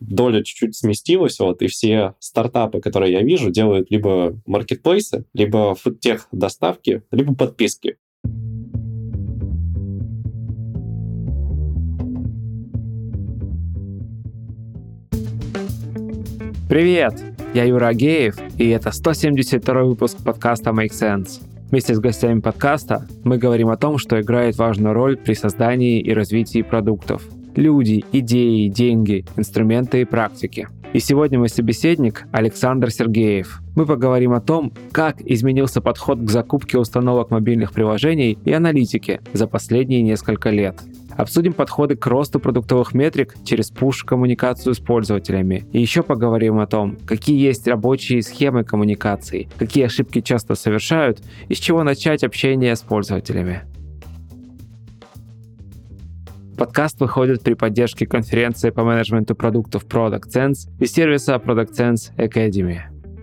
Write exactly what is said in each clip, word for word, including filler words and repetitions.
доля чуть-чуть сместилась, вот, и все стартапы, которые я вижу, делают либо маркетплейсы, либо фудтех доставки, либо подписки. Привет! Я Юра Агеев, и это сто семьдесят второй выпуск подкаста Make Sense. Вместе с гостями подкаста мы говорим о том, что играет важную роль при создании и развитии продуктов. Люди, идеи, деньги, инструменты и практики. И сегодня мой собеседник Александр Сергеев. Мы поговорим о том, как изменился подход к закупке установок мобильных приложений и аналитике за последние несколько лет. Обсудим подходы к росту продуктовых метрик через пуш-коммуникацию с пользователями. И еще поговорим о том, какие есть рабочие схемы коммуникации, какие ошибки часто совершают и с чего начать общение с пользователями. Подкаст выходит при поддержке конференции по менеджменту продуктов Product Sense и сервиса Product Sense Academy.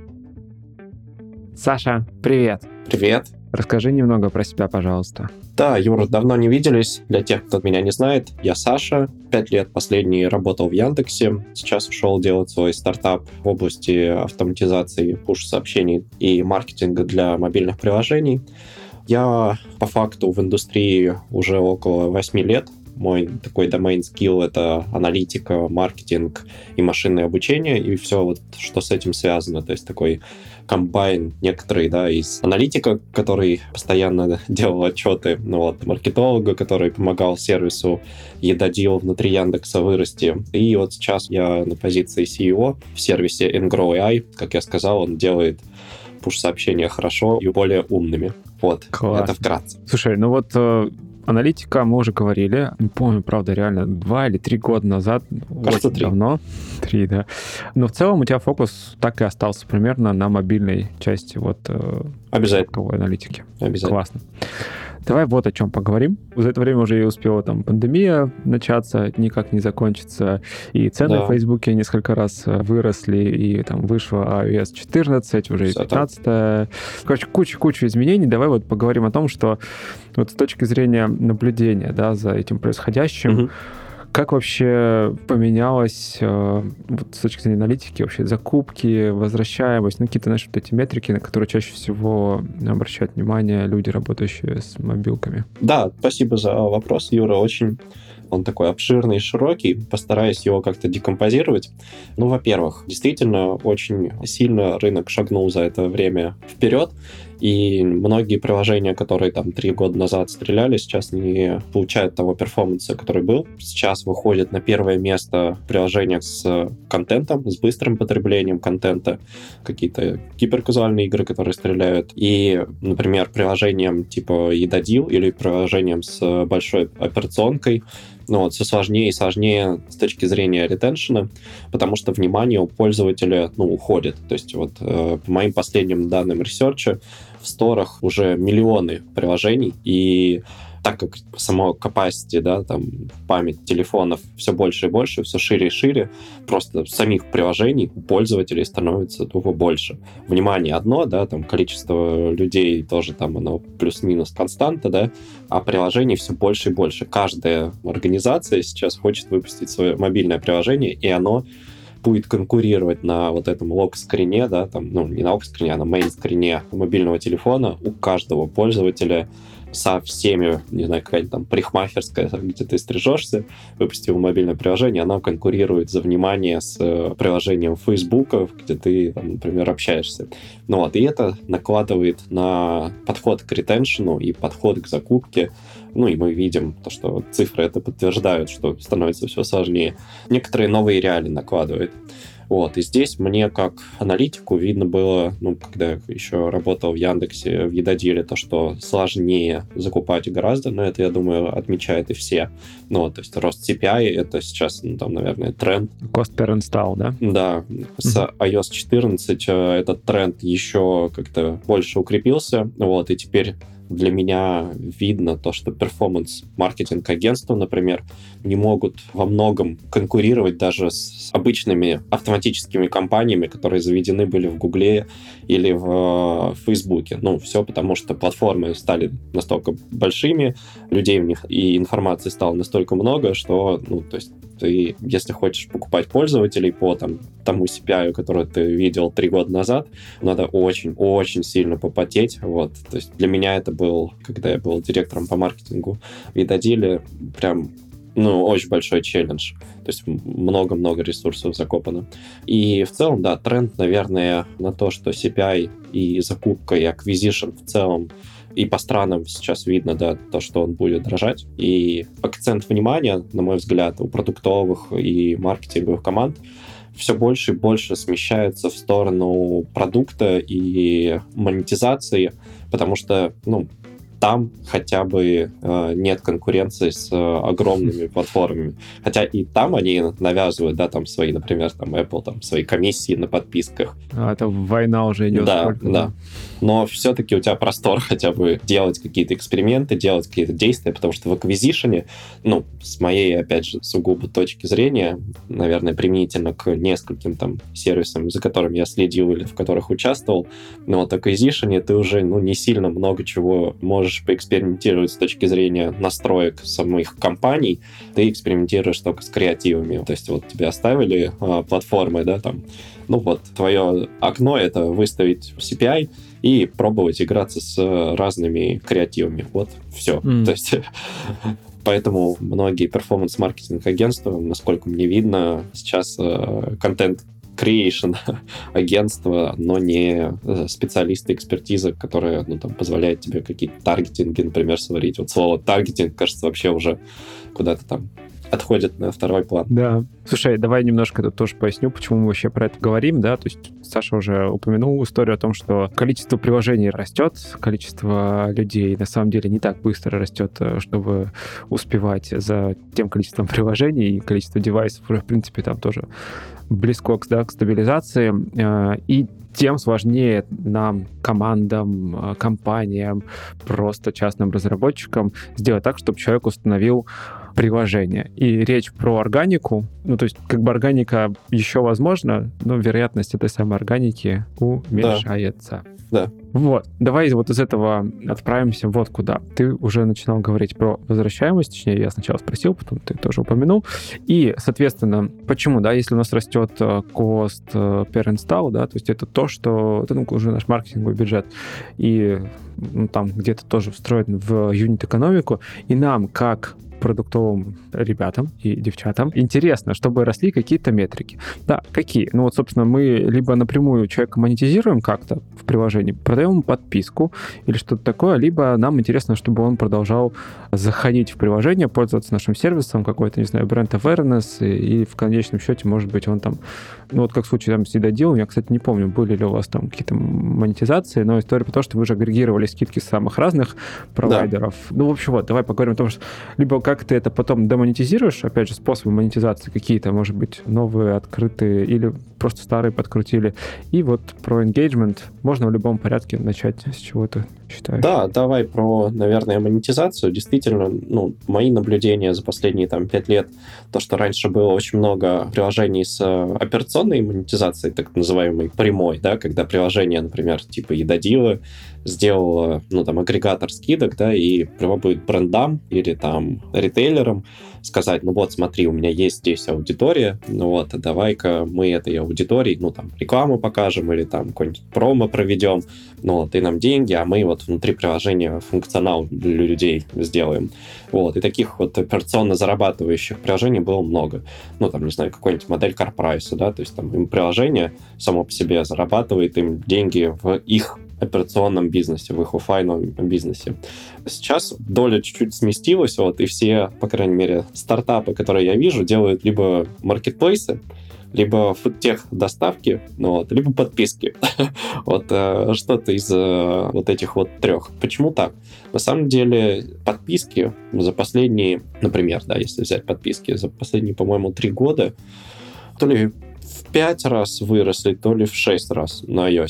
Саша, привет! Привет! Расскажи немного про себя, пожалуйста. Да, Юра, давно не виделись. Для тех, кто меня не знает, я Саша. Пять лет последний работал в Яндексе. Сейчас ушел делать свой стартап в области автоматизации пуш-сообщений и маркетинга для мобильных приложений. Я по факту в индустрии уже около восьми лет. Мой такой domain-скилл — это аналитика, маркетинг и машинное обучение, и все, вот, что с этим связано. То есть такой комбайн некоторый, да, из аналитика, который постоянно делал отчеты, ну, вот, маркетолога, который помогал сервису Едодил внутри Яндекса вырасти. И вот сейчас я на позиции си и о в сервисе ngrow точка эй ай. Как я сказал, он делает пуш-сообщения хорошо и более умными. Вот, Класс. Это вкратце. Слушай, ну вот аналитика, мы уже говорили, не помню, правда, реально, два или три года назад. Кажется, очень три. Давно. Три, да. Но в целом у тебя фокус так и остался примерно на мобильной части вот Обязательно. аналитики. Обязательно. Классно. Давай вот о чем поговорим. За это время уже и успела там пандемия начаться, никак не закончится. И цены Да. в Фейсбуке несколько раз выросли, и там вышла ай о эс четырнадцать, уже и пятнадцать. Короче, куча-куча изменений. Давай вот поговорим о том, что вот с точки зрения наблюдения, да, за этим происходящим, Угу. как вообще поменялось э, вот с точки зрения аналитики вообще закупки, возвращаемость, ну какие-то, знаешь, вот эти метрики, на которые чаще всего обращают внимание люди, работающие с мобилками? Да, спасибо за вопрос, Юра. Очень он такой обширный и широкий. Постараюсь его как-то декомпозировать. Ну, во-первых, действительно, очень сильно рынок шагнул за это время вперед. И многие приложения, которые там три года назад стреляли, сейчас не получают того перформанса, который был. Сейчас выходит на первое место приложения с контентом, с быстрым потреблением контента, какие-то гиперказуальные игры, которые стреляют. И, например, приложением типа Едодил или приложением с большой операционкой, ну, вот, все сложнее и сложнее с точки зрения ретеншена, потому что внимание у пользователя, ну, уходит. То есть вот э, по моим последним данным ресерча в сторах уже миллионы приложений, и так как само capacity, да, там, память телефонов все больше и больше, все шире и шире, просто самих приложений у пользователей становится тупо больше. Внимание одно, да, там, количество людей тоже там оно плюс-минус константа, да, а приложений все больше и больше. Каждая организация сейчас хочет выпустить свое мобильное приложение, и оно будет конкурировать на вот этом лог-скрине, да, там, ну, не на лог-скрине, а на мейн-скрине мобильного телефона у каждого пользователя со всеми, не знаю, какая-нибудь там парикмахерская, где ты стрижешься, выпустил мобильное приложение, оно конкурирует за внимание с приложением Facebook, где ты, там, например, общаешься. Ну вот, и это накладывает на подход к ретеншену и подход к закупке. Ну и мы видим то, что цифры это подтверждают, что становится все сложнее. Некоторые новые реалии накладывает. Вот, и здесь мне как аналитику видно было, ну, когда я еще работал в Яндексе, в Едодиле, то, что сложнее закупать гораздо, но это, я думаю, отмечают и все. Ну, то есть рост си пи ай — это сейчас, ну, там, наверное, тренд. Cost per install, да? Да, с Mm-hmm. ай о эс четырнадцать этот тренд еще как-то больше укрепился, вот, и теперь для меня видно то, что перформанс-маркетинг-агентства, например, не могут во многом конкурировать даже с обычными автоматическими компаниями, которые заведены были в Гугле или в Фейсбуке. Ну, все потому, что платформы стали настолько большими, людей в них и информации стало настолько много, что, ну, то есть Вот, и если хочешь покупать пользователей по там, тому си пи ай, который ты видел три года назад, надо очень-очень сильно попотеть. Вот. То есть для меня это был, когда я был директором по маркетингу в Идодиле, прям ну, очень большой челлендж. То есть много-много ресурсов закопано. И в целом, да, тренд, наверное, на то, что си пи ай и закупка, и acquisition в целом, и по странам сейчас видно, да, то, что он будет дрожать. И акцент внимания, на мой взгляд, у продуктовых и маркетинговых команд все больше и больше смещается в сторону продукта и монетизации, потому что, ну, там хотя бы э, нет конкуренции с э, огромными платформами. Хотя и там они навязывают, да, там свои, например, там Apple, там свои комиссии на подписках. А, это война уже идет. Да, сколько, да. да. Но все-таки у тебя простор хотя бы делать какие-то эксперименты, делать какие-то действия, потому что в acquisition, ну, с моей, опять же, сугубо точки зрения, наверное, применительно к нескольким там сервисам, за которыми я следил или в которых участвовал, но вот acquisition ты уже, ну, не сильно много чего можешь поэкспериментировать с точки зрения настроек самих компаний, ты экспериментируешь только с креативами. То есть вот тебе оставили а, платформы, да, там, ну вот, твое окно — это выставить си пи ай и пробовать играться с разными креативами. Вот, все. Mm. То есть поэтому многие перформанс-маркетинг-агентства, насколько мне видно, сейчас э, контент creation агентство, но не специалисты, экспертиза, которая, ну, там, позволяет тебе какие-то таргетинги, например, сварить. Вот слово таргетинг, кажется, вообще уже куда-то там отходит на второй план. Да. Слушай, давай немножко тут тоже поясню, почему мы вообще про это говорим, да, то есть Саша уже упомянул историю о том, что количество приложений растет, количество людей на самом деле не так быстро растет, чтобы успевать за тем количеством приложений, и количество девайсов уже, в принципе, там тоже близко, да, к стабилизации, и тем сложнее нам, командам, компаниям, просто частным разработчикам сделать так, чтобы человек установил приложение. И речь про органику, ну, то есть как бы органика еще возможна, но вероятность этой самой органики уменьшается. Да. Вот. Давай вот из этого отправимся вот куда. Ты уже начинал говорить про возвращаемость, точнее, я сначала спросил, потом ты тоже упомянул. И, соответственно, почему, да, если у нас растет cost per install, да, то есть это то, что это, ну, уже наш маркетинговый бюджет, и ну, там где-то тоже встроен в юнит-экономику, и нам, как продуктовым ребятам и девчатам интересно, чтобы росли какие-то метрики. Да, какие? Ну вот, собственно, мы либо напрямую человека монетизируем как-то в приложении, продаем ему подписку или что-то такое, либо нам интересно, чтобы он продолжал заходить в приложение, пользоваться нашим сервисом, какой-то, не знаю, бренд awareness, и, и в конечном счете, может быть, он там, ну вот как в случае там с Идодилом, я, кстати, не помню, были ли у вас там какие-то монетизации, но история про то, что вы же агрегировали скидки с самых разных провайдеров. Да. Ну, в общем, вот, давай поговорим о том, что либо как ты это потом демонетизируешь, опять же, способы монетизации какие-то, может быть, новые, открытые, или просто старые подкрутили. И вот про engagement можно в любом порядке начать, с чего ты считаешь? Да, давай про, наверное, монетизацию. Действительно, ну, мои наблюдения за последние там пять лет, то, что раньше было очень много приложений с операционной монетизацией, так называемой прямой, да, когда приложение, например, типа Идодилы сделало, ну, там, агрегатор скидок, да, и пробует брендам или там ритейлерам сказать, ну вот, смотри, у меня есть здесь аудитория, ну вот, давай-ка мы этой аудитории, ну, там, рекламу покажем или там какой-нибудь промо проведем, ну, вот, ты нам деньги, а мы вот внутри приложения функционал для людей сделаем. Вот, и таких вот операционно зарабатывающих приложений было много. Ну, там, не знаю, какой-нибудь модель CarPrice, да, то есть там им приложение само по себе зарабатывает им деньги в их операционном бизнесе, в их оффлайновом бизнесе. Сейчас доля чуть-чуть сместилась, вот, и все, по крайней мере, стартапы, которые я вижу, делают либо маркетплейсы, либо фудтех доставки, ну, вот, либо подписки. Вот э, что-то из э, вот этих вот трех. Почему так? На самом деле подписки за последние, например, да, если взять подписки, за последние, по-моему, три года, то ли в пять раз выросли, то ли в шесть раз на iOS.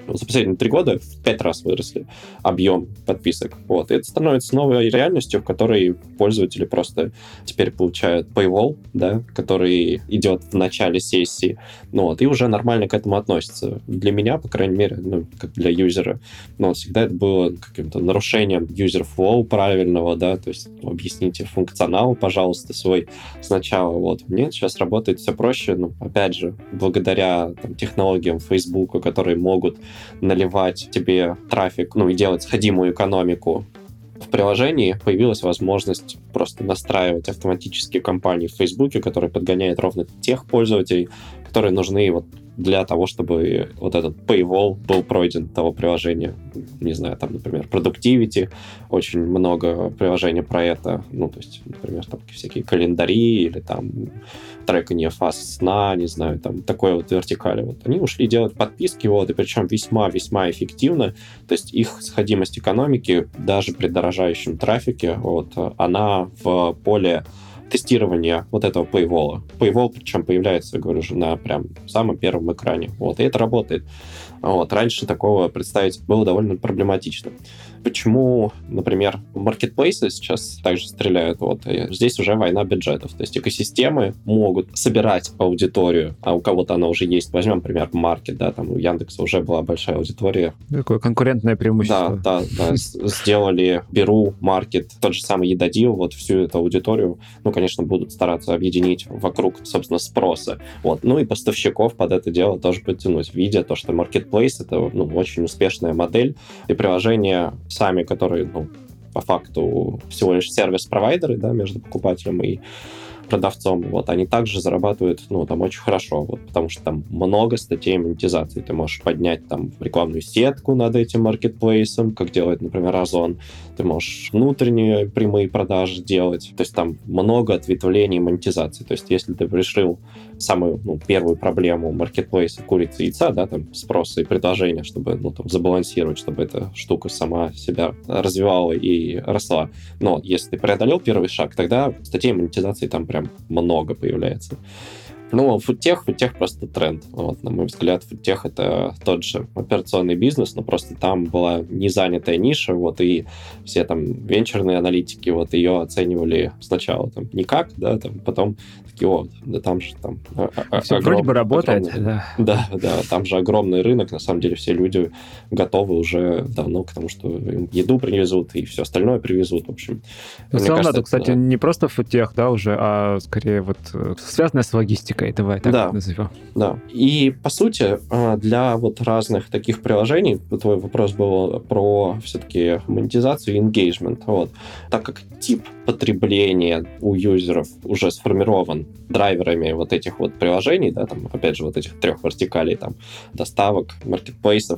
за последние три года в пять раз выросли объем подписок. Вот. И это становится новой реальностью, в которой пользователи просто теперь получают paywall, да, который идет в начале сессии, ну, вот, и уже нормально к этому относятся. Для меня, по крайней мере, ну, как для юзера, ну, вот, всегда это было каким-то нарушением юзер-флоу правильного, да, то есть объясните функционал, пожалуйста, свой сначала. Вот. Мне сейчас работает все проще, ну, опять же, благодаря там, технологиям Facebook, которые могут наливать тебе трафик, ну, и делать сходимую экономику. В приложении появилась возможность просто настраивать автоматические кампании в Фейсбуке, которые подгоняют ровно тех пользователей, которые нужны вот для того, чтобы вот этот paywall был пройден того приложения. Не знаю, там, например, Productivity, очень много приложений про это. Ну, то есть, например, там всякие календари или там трекание фаз сна, не знаю, там такой вот вертикали. Вот. Они ушли делать подписки, вот, и причем весьма-весьма эффективно. То есть их сходимость экономики даже при дорожающем трафике, вот, она в поле тестирования вот этого paywall. Paywall, причем появляется, я говорю же, на прям самом первом экране. Вот, и это работает. Вот. Раньше такого представить было довольно проблематично. Почему, например, маркетплейсы сейчас также стреляют? Вот, и здесь уже война бюджетов. То есть экосистемы могут собирать аудиторию, а у кого-то она уже есть. Возьмем, например, Маркет, да, там у Яндекса уже была большая аудитория. Такое конкурентное преимущество. Да, да, да. Сделали Беру, Маркет, тот же самый Едодил, вот всю эту аудиторию, ну, конечно, будут стараться объединить вокруг, собственно, спроса. Вот. Ну и поставщиков под это дело тоже подтянуть, видя то, что маркетплейс — это, ну, очень успешная модель, и приложения сами, которые, ну, по факту всего лишь сервис-провайдеры, да, между покупателем и продавцом, вот, они также зарабатывают, ну, там, очень хорошо, вот, потому что там много статей монетизации. Ты можешь поднять там рекламную сетку над этим маркетплейсом, как делает, например, Озон. Ты можешь внутренние прямые продажи делать. То есть там много ответвлений монетизации. То есть если ты решил самую, ну, первую проблему маркетплейса курицы и яйца, да, там, спроса и предложения, чтобы, ну, там, забалансировать, чтобы эта штука сама себя развивала и росла. Но если ты преодолел первый шаг, тогда статей монетизации там прям много появляется. Ну, фудтех, фудтех просто тренд. Вот, на мой взгляд, фудтех — это тот же операционный бизнес, но просто там была незанятая ниша, вот, и все там венчурные аналитики вот ее оценивали сначала там никак, да, там, потом такие, о, да там же там... Все огром... вроде бы работает, огромный, да. Да, да, там же огромный рынок, на самом деле все люди готовы уже давно к тому, что им еду привезут и все остальное привезут, в общем. В целом, кажется, это, кстати, не просто фудтех, да, уже, а скорее вот связанное с логистикой. Давай так да, назовем. Да. И, по сути, для вот разных таких приложений, твой вопрос был про все-таки монетизацию и engagement. Вот. Так как тип потребления у юзеров уже сформирован драйверами вот этих вот приложений, да, там, опять же, вот этих трех вертикалей, там, доставок, маркетплейсов,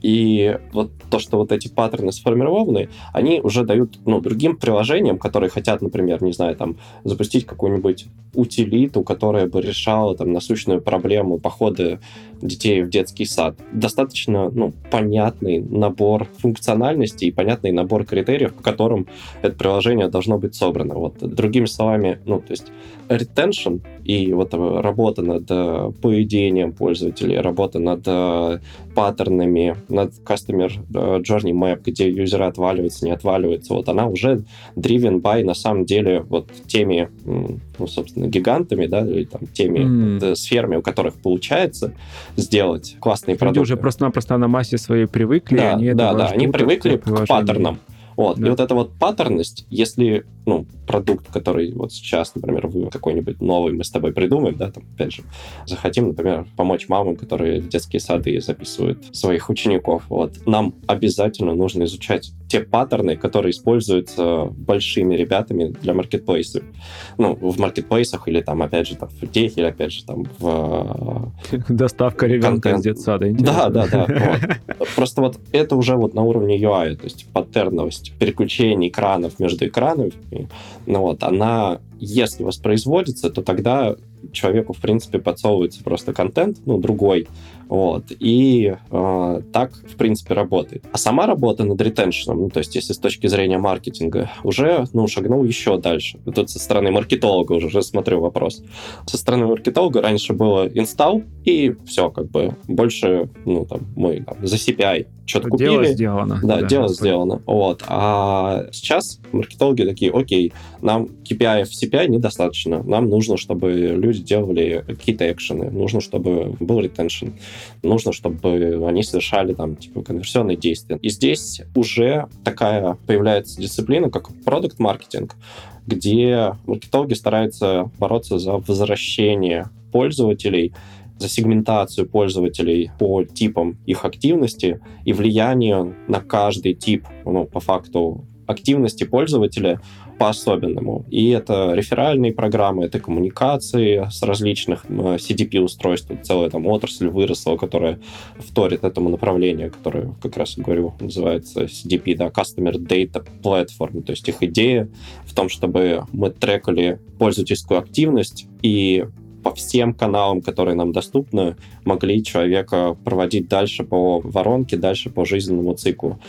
и вот то, что вот эти паттерны сформированы, они уже дают, ну, другим приложениям, которые хотят, например, не знаю, там, запустить какую-нибудь утилиту, которая бы решала там насущную проблему похода детей в детский сад. Достаточно, ну, понятный набор функциональностей и понятный набор критериев, по которым это приложение должно быть собрано. Вот, другими словами, ну, то есть retention и вот работа над поведением пользователей, работа над паттернами, над customer journey map, где юзеры отваливаются, не отваливаются, вот она уже driven by, на самом деле, вот теми, ну, собственно, гигантами, да, или там теми mm. вот, сферами, у которых получается сделать классные Люди продукты. Люди уже просто-напросто на массе своей привыкли. Да, они да, да, они привыкли к паттернам. Вот. Да. И вот эта вот паттерность, если, ну, продукт, который вот сейчас, например, вы какой-нибудь новый мы с тобой придумаем, да, там, опять же, захотим, например, помочь мамам, которые в детские сады записывают своих учеников, вот, нам обязательно нужно изучать те паттерны, которые используются большими ребятами для маркетплейсов. Ну, в маркетплейсах или там, опять же, там, в техе, или, опять же, там, в... Доставка ребенка из детсада. Да, да, да. Вот. Просто вот это уже вот на уровне ю ай, то есть паттерновость переключение экранов между экранами, ну вот, она, если воспроизводится, то тогда человеку, в принципе, подсовывается просто контент, ну, другой, вот, и э, так, в принципе, работает. А сама работа над ретеншеном, ну, то есть, если с точки зрения маркетинга, уже, ну, шагнул еще дальше. И тут со стороны маркетолога уже рассмотрю вопрос. Со стороны маркетолога раньше было инсталл, и все, как бы, больше, ну, там, мы там, за си пи ай что-то купили. Дело сделано. Да, да дело господи. сделано. Вот. А сейчас маркетологи такие, окей, нам кей пи ай в си пи ай недостаточно. Нам нужно, чтобы люди делали какие-то экшены. Нужно, чтобы был ретеншн. Нужно, чтобы они совершали там, типа, конверсионные действия. И здесь уже такая появляется дисциплина, как продакт-маркетинг, где маркетологи стараются бороться за возвращение пользователей, за сегментацию пользователей по типам их активности и влияние на каждый тип, ну, по факту, активности пользователя по-особенному. И это реферальные программы, это коммуникации с различных си ди пи-устройств. Целая там отрасль выросла, которая вторит этому направлению, которое, как раз говорю, называется си ди пи, да, Customer Data Platform. То есть их идея в том, чтобы мы трекали пользовательскую активность и по всем каналам, которые нам доступны, могли человека проводить дальше по воронке, дальше по жизненному циклу.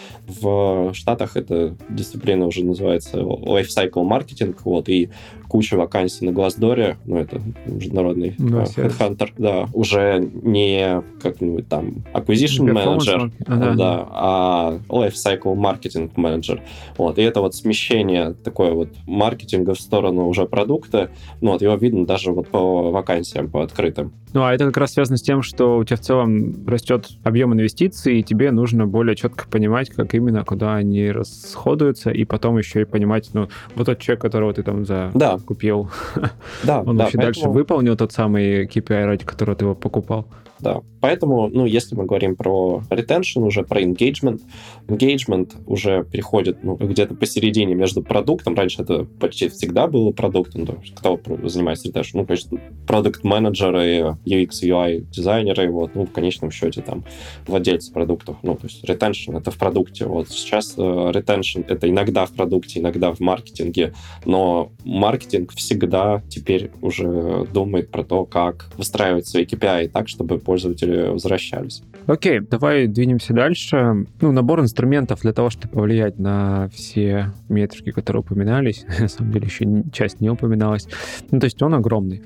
В Штатах эта дисциплина уже называется lifecycle marketing, вот, и куча вакансий на Glassdoor, ну, это международный да, headhunter, да, уже не как-нибудь там acquisition manager, ага. да, а lifecycle marketing manager. Вот, и это вот смещение такое вот маркетинга в сторону уже продукта, ну, вот, его видно даже вот по вакансиям, по открытым. Ну, а это как раз связано с тем, что у тебя в целом растет объем инвестиций, и тебе нужно более четко понимать, как именно, куда они расходуются, и потом еще и понимать, ну, вот тот человек, которого ты там за да. купил, да, он да, вообще поэтому... дальше выполнил тот самый кей пи ай, ради которого ты его покупал. Да, поэтому, ну, если мы говорим про retention, уже про engagement, engagement уже переходит, ну, где-то посередине между продуктом, раньше это почти всегда было продуктом, то есть кто занимается retention, ну, конечно, продукт-менеджеры, ю экс, ю ай-дизайнеры, вот, ну, в конечном счете, там, владельцы продуктов, ну, то есть retention — это в продукте, вот, сейчас uh, retention — это иногда в продукте, иногда в маркетинге, но маркетинг всегда теперь уже думает про то, как выстраивать свои кей пи ай так, чтобы пользователи возвращались. Окей, давай двинемся дальше. Ну, набор инструментов для того, чтобы повлиять на все метрики, которые упоминались. На самом деле, еще часть не упоминалась. Ну, то есть он огромный.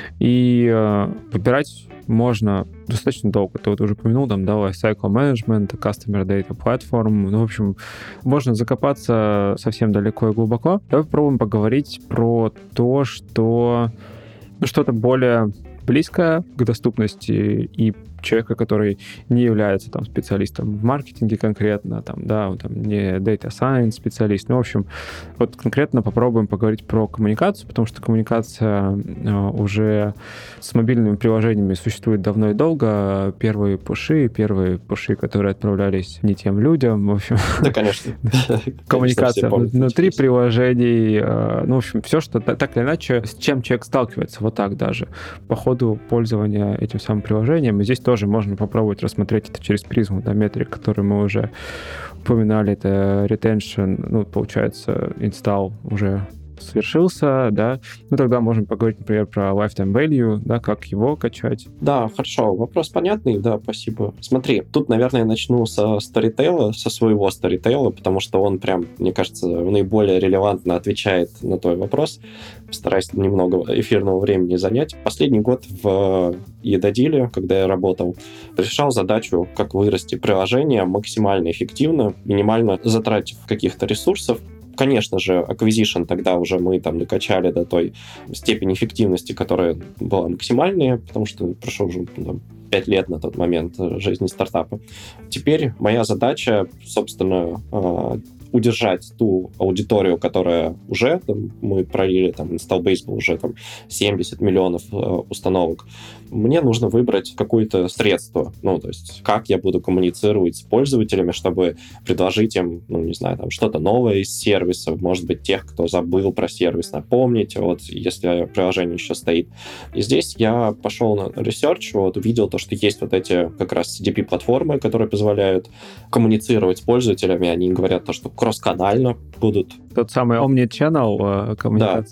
И э, выбирать можно достаточно долго. Ты вот уже упомянул, там, да, lifecycle management, customer data platform. Ну, в общем, можно закопаться совсем далеко и глубоко. Давай попробуем поговорить про то, что ну, что-то более близкое к доступности и человека, который не является там специалистом в маркетинге конкретно, там, да, он там не data science специалист. Ну, в общем, вот конкретно попробуем поговорить про коммуникацию, потому что коммуникация э, уже с мобильными приложениями существует давно и долго. Первые пуши, первые пуши, которые отправлялись не тем людям, в общем. Да, конечно. Коммуникация внутри приложений. Ну, в общем, все, что так или иначе, с чем человек сталкивается, вот так даже, по ходу пользования этим самым приложением. И здесь тоже можно попробовать рассмотреть это через призму, да, метрик, которые мы уже упоминали. Это retention, ну, получается, install уже свершился, да, ну тогда можем поговорить, например, про lifetime value, да, как его качать. Да, хорошо, вопрос понятный, да, спасибо. Смотри, тут, наверное, я начну со сторитейла, со своего сторитейла, потому что он прям, мне кажется, наиболее релевантно отвечает на твой вопрос. Постараюсь немного эфирного времени занять. Последний год в Едодиле, когда я работал, решал задачу, как вырасти приложение максимально эффективно, минимально затратив каких-то ресурсов. Конечно же, acquisition тогда уже мы там докачали до той степени эффективности, которая была максимальная, потому что прошло уже там, пять лет на тот момент жизни стартапа. Теперь моя задача, собственно, удержать ту аудиторию, которая уже, там, мы пролили, там, install base был уже там семьдесят миллионов э, установок. Мне нужно выбрать какое-то средство, ну, то есть, как я буду коммуницировать с пользователями, чтобы предложить им, ну, не знаю, там, что-то новое из сервисов, может быть, тех, кто забыл про сервис, напомнить, вот, если приложение еще стоит. И здесь я пошел на research, вот, увидел то, что есть вот эти как раз си ди пи-платформы, которые позволяют коммуницировать с пользователями, они говорят то, что кросс-канально будут. Тот самый Omnichannel коммуникации. Да.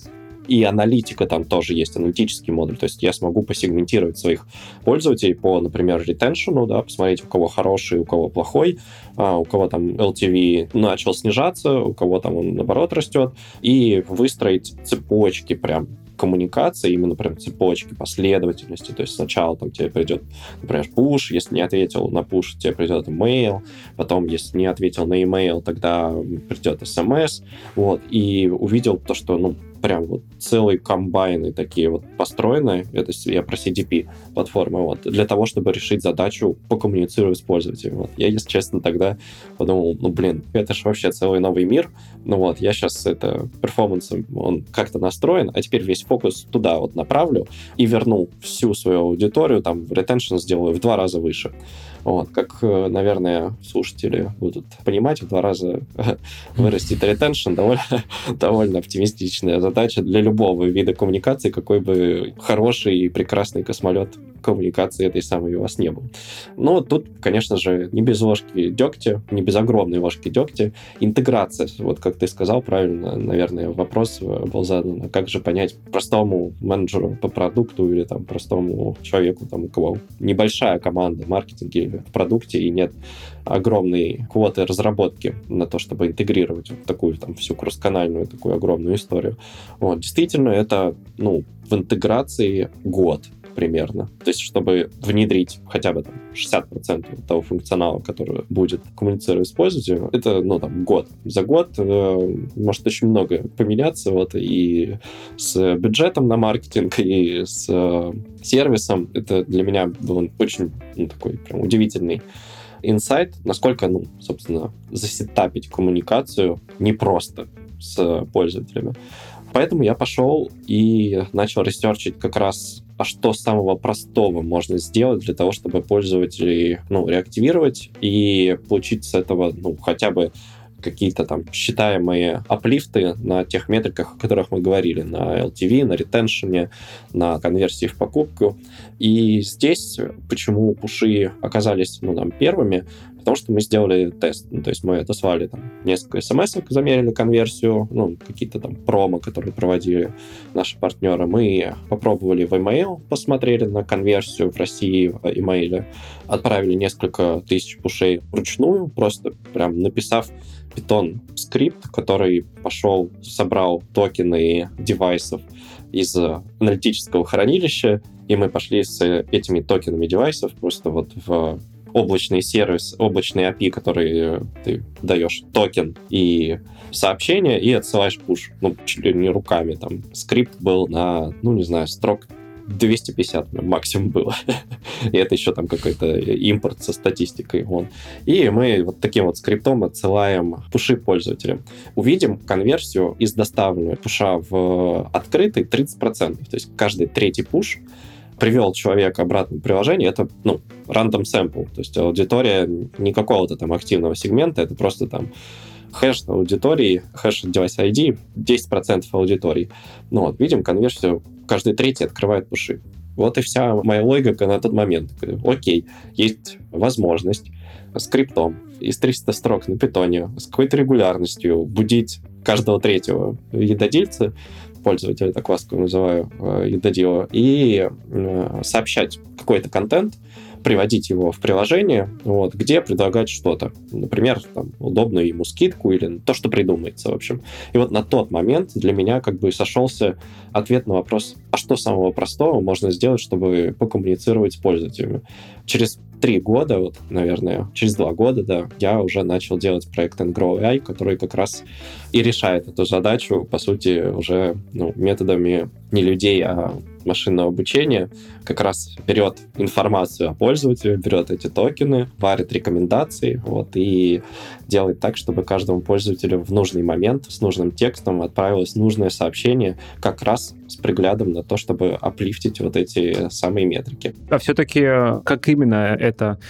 И аналитика там тоже есть, аналитический модуль. То есть я смогу посегментировать своих пользователей по, например, ретеншену, да, посмотреть, у кого хороший, у кого плохой, а, у кого там эл ти ви начал снижаться, у кого там он, наоборот, растет, и выстроить цепочки прям коммуникации, именно прям цепочки, последовательности. То есть сначала там тебе придет, например, push, если не ответил на push, тебе придет email, потом, если не ответил на email, тогда придет эс эм эс, вот, и увидел то, что, ну, прям вот целые комбайны такие вот построены, это я про си ди пи платформы, вот, для того, чтобы решить задачу покоммуницировать с пользователем. Вот. Я, если честно, тогда подумал, ну, блин, это же вообще целый новый мир, ну вот, я сейчас это перформансом, он как-то настроен, а теперь весь фокус туда вот направлю и верну всю свою аудиторию, там, ретеншн сделаю в два раза выше. Вот, как, наверное, слушатели будут понимать, в два раза вырастет ретеншн, довольно, довольно оптимистичная задача для любого вида коммуникации, какой бы хороший и прекрасный космолет коммуникации этой самой у вас не был. Но тут, конечно же, не без ложки дегтя, не без огромной ложки дегтя. Интеграция, вот как ты сказал правильно, наверное, вопрос был задан, а как же понять простому менеджеру по продукту или там простому человеку, там, у кого небольшая команда маркетинга в продукте и нет огромной квоты разработки на то, чтобы интегрировать вот такую там всю кроссканальную такую огромную историю. Вот. Действительно, это, ну, в интеграции год примерно. То есть, чтобы внедрить хотя бы там, шестьдесят процентов того функционала, который будет коммуницировать с пользователем, это, ну, там, год. За год э, может очень много поменяться, вот, и с бюджетом на маркетинг, и с э, сервисом. Это для меня был очень, ну, такой прям удивительный инсайт, насколько, ну, собственно, засетапить коммуникацию непросто с пользователями. Поэтому я пошел и начал ресерчить как раз, а что самого простого можно сделать для того, чтобы пользователей, ну, реактивировать и получить с этого, ну, хотя бы какие-то там считаемые аплифты на тех метриках, о которых мы говорили, на эл ти ви, на ретеншене, на конверсии в покупку. И здесь почему пуши оказались, ну, там, первыми, потому что мы сделали тест. Ну, то есть мы отослали там несколько смс-ок, замерили конверсию, ну, какие-то там промо, которые проводили наши партнеры. Мы попробовали в email, посмотрели на конверсию в России в имейле, отправили несколько тысяч пушей вручную, просто прям написав Python скрипт, который пошел, собрал токены девайсов из аналитического хранилища, и мы пошли с этими токенами девайсов просто вот в облачный сервис, облачный эй пи ай, который ты даешь токен и сообщение, и отсылаешь пуш. Ну, чуть ли не руками. Там скрипт был на, ну, не знаю, строк двести пятьдесят максимум было. И это еще там какой-то импорт со статистикой. Вон. И мы вот таким вот скриптом отсылаем пуши пользователям. Увидим конверсию из доставленного пуша в открытый тридцать процентов. То есть каждый третий пуш привел человека обратно в приложение, это, ну, random sample, то есть аудитория не какого-то там активного сегмента, это просто там хэш аудитории, хэш девайс ай ди, десять процентов аудитории. Ну вот, видим конверсию, каждый третий открывает пуши. Вот и вся моя логика на тот момент. Окей, есть возможность скриптом из триста строк на питоне с какой-то регулярностью будить каждого третьего едодельца, пользователя, так ласково называю, едодила, и э, сообщать какой-то контент, приводить его в приложение, вот, где предлагать что-то. Например, там, удобную ему скидку или то, что придумается, в общем. И вот на тот момент для меня как бы сошелся ответ на вопрос, а что самого простого можно сделать, чтобы покоммуницировать с пользователями. Через три года, вот, наверное, через два года, да, я уже начал делать проект nGrow эй ай, который как раз и решает эту задачу, по сути, уже, ну, методами не людей, а машинного обучения, как раз берет информацию о пользователе, берет эти токены, варит рекомендации, вот, и делает так, чтобы каждому пользователю в нужный момент с нужным текстом отправилось нужное сообщение как раз с приглядом на то, чтобы аплифтить вот эти самые метрики. А все-таки как именно это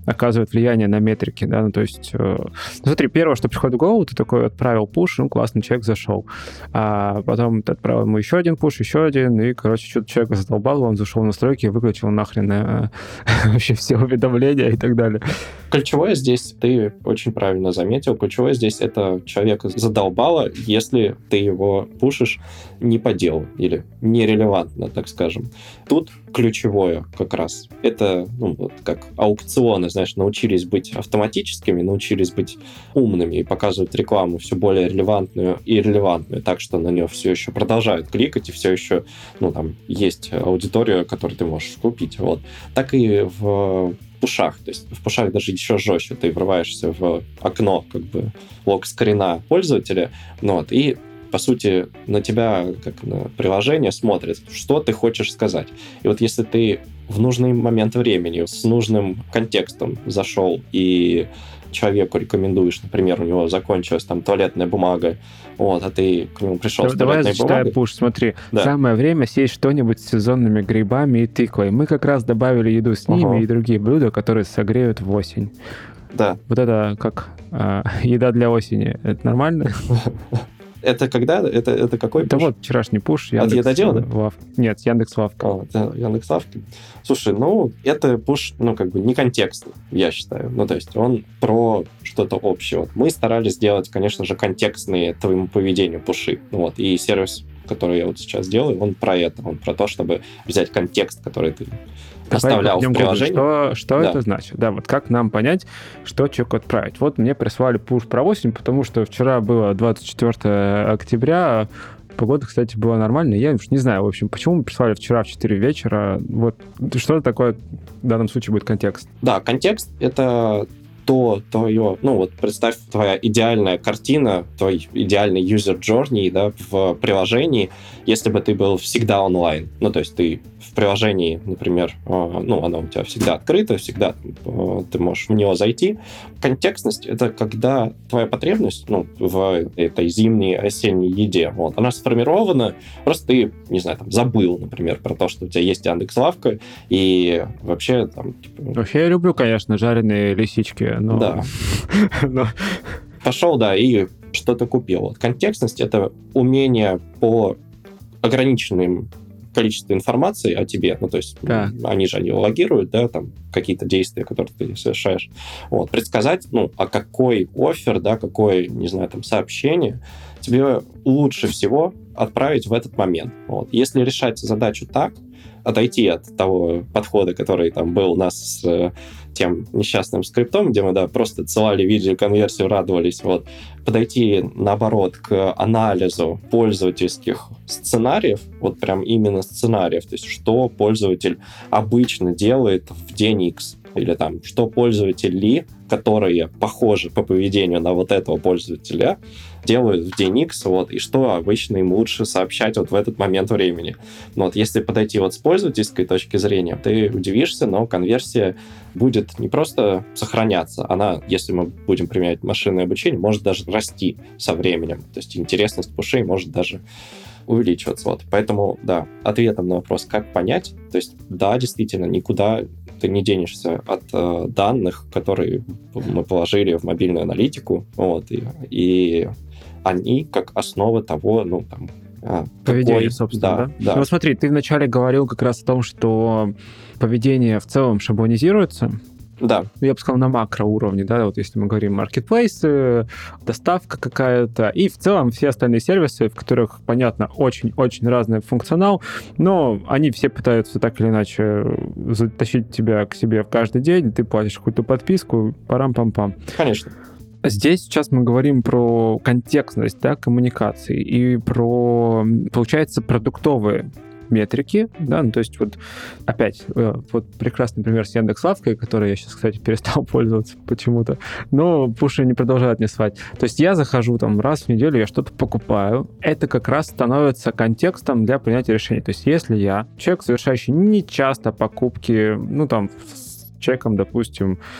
оказывает влияние на метрики, да, ну, то есть, э, ну, смотри, первое, что приходит в голову, ты такой отправил пуш, ну, классно, человек зашел, а потом ты отправил ему еще один пуш, еще один, и, короче, что-то человек задолбал, он зашел в настройки и выключил нахрен э, вообще все уведомления и так далее. Ключевое здесь, ты очень правильно заметил, ключевое здесь это человека задолбало, если ты его пушишь не по делу или нерелевантно, так скажем. Тут ключевое как раз. Это, ну, вот как аукционы, знаешь, научились быть автоматическими, научились быть умными и показывать рекламу все более релевантную и релевантную, так что на нее все еще продолжают кликать, и все еще, ну, там, есть аудитория, которую ты можешь купить. Вот. Так и в пушах. То есть в пушах даже еще жестче. Ты врываешься в окно, как бы, лог-скрина пользователя, ну, вот, и по сути, на тебя, как на приложение, смотрит, что ты хочешь сказать. И вот если ты в нужный момент времени с нужным контекстом зашел и человеку рекомендуешь, например, у него закончилась там туалетная бумага, вот, а ты к нему пришел да, с туалетной давай бумагой. Давай пуш, смотри. Да. Самое время съесть что-нибудь с сезонными грибами и тыквой. Мы как раз добавили еду с ними Ага. и другие блюда, которые согреют в осень. Да. Вот это как а, еда для осени. Это нормально? Это когда? Это, это какой Это пуш? вот вчерашний пуш. От Едодела, да? Лав... Нет, Яндекс.Лавка. А, да, Яндекс.Лавка. Слушай, ну, это пуш, ну, как бы не контекстный, я считаю. Ну, то есть он про что-то общее. Вот мы старались сделать, конечно же, контекстные твоему поведению пуши. Вот, и сервис, который я вот сейчас делаю, он про это. Он про то, чтобы взять контекст, который ты оставлял в приложении. Что, что да. это значит? Да, вот как нам понять, что человеку отправить? Вот мне прислали пуш про осень, потому что вчера было двадцать четвёртое октября, погода, кстати, была нормальная. Я уж не знаю, в общем, почему мы прислали вчера в четыре вечера. Вот что такое в данном случае будет контекст? Да, контекст — это то твое, ну вот представь, твоя идеальная картина, твой идеальный user journey, да, в приложении, если бы ты был всегда онлайн. Ну, то есть ты в приложении, например, ну, оно у тебя всегда открыто, всегда ты можешь в него зайти. Контекстность — это когда твоя потребность, ну, в этой зимней, осенней еде, вот, она сформирована, просто ты, не знаю, там, забыл, например, про то, что у тебя есть Яндекс.Лавка, и вообще там... Типа... Вообще я люблю, конечно, жареные лисички, но... Да. но... Пошел, да, и что-то купил. Вот. Контекстность — это умение по ограниченным количеству информации о тебе, ну, то есть да. они же они логируют, да, там, какие-то действия, которые ты совершаешь, вот, предсказать, ну, а какой оффер, да, какое, не знаю, там, сообщение тебе лучше всего отправить в этот момент. Вот. Если решать задачу так, отойти от того подхода, который там был у нас с тем несчастным скриптом, где мы, да, просто отсылали видео, конверсию, радовались, вот, подойти, наоборот, к анализу пользовательских сценариев, вот прям именно сценариев, то есть что пользователь обычно делает в день X, или там, что пользователи, которые похожи по поведению на вот этого пользователя, делают в день X, вот, и что обычно им лучше сообщать вот в этот момент времени. Но вот если подойти вот с пользовательской точки зрения, ты удивишься, но конверсия будет не просто сохраняться, она, если мы будем применять машинное обучение, может даже расти со временем. То есть интересность пушей может даже увеличиваться. Вот. Поэтому, да, ответом на вопрос, как понять, то есть, да, действительно, никуда ты не денешься от э, данных, которые мы положили в мобильную аналитику, вот, и, и они как основа того, ну, там, а, поведение, какой... собственно, да, да? да. Ну, смотри, ты вначале говорил как раз о том, что поведение в целом шаблонизируется. Да. Я бы сказал, на макроуровне, да, вот если мы говорим маркетплейсы, доставка какая-то, и в целом все остальные сервисы, в которых, понятно, очень-очень разный функционал, но они все пытаются так или иначе затащить тебя к себе в каждый день, ты платишь какую-то подписку, парам-пам-пам. Конечно. Здесь сейчас мы говорим про контекстность, да, коммуникации и про, получается, продуктовые метрики, да, ну, то есть вот опять, вот прекрасный пример с Яндекс.Лавкой, который я сейчас, кстати, перестал пользоваться почему-то, но пуши не продолжают мне свать. То есть я захожу там раз в неделю, я что-то покупаю, это как раз становится контекстом для принятия решений. То есть если я, человек, совершающий нечасто покупки, ну, там, с чеком, допустим,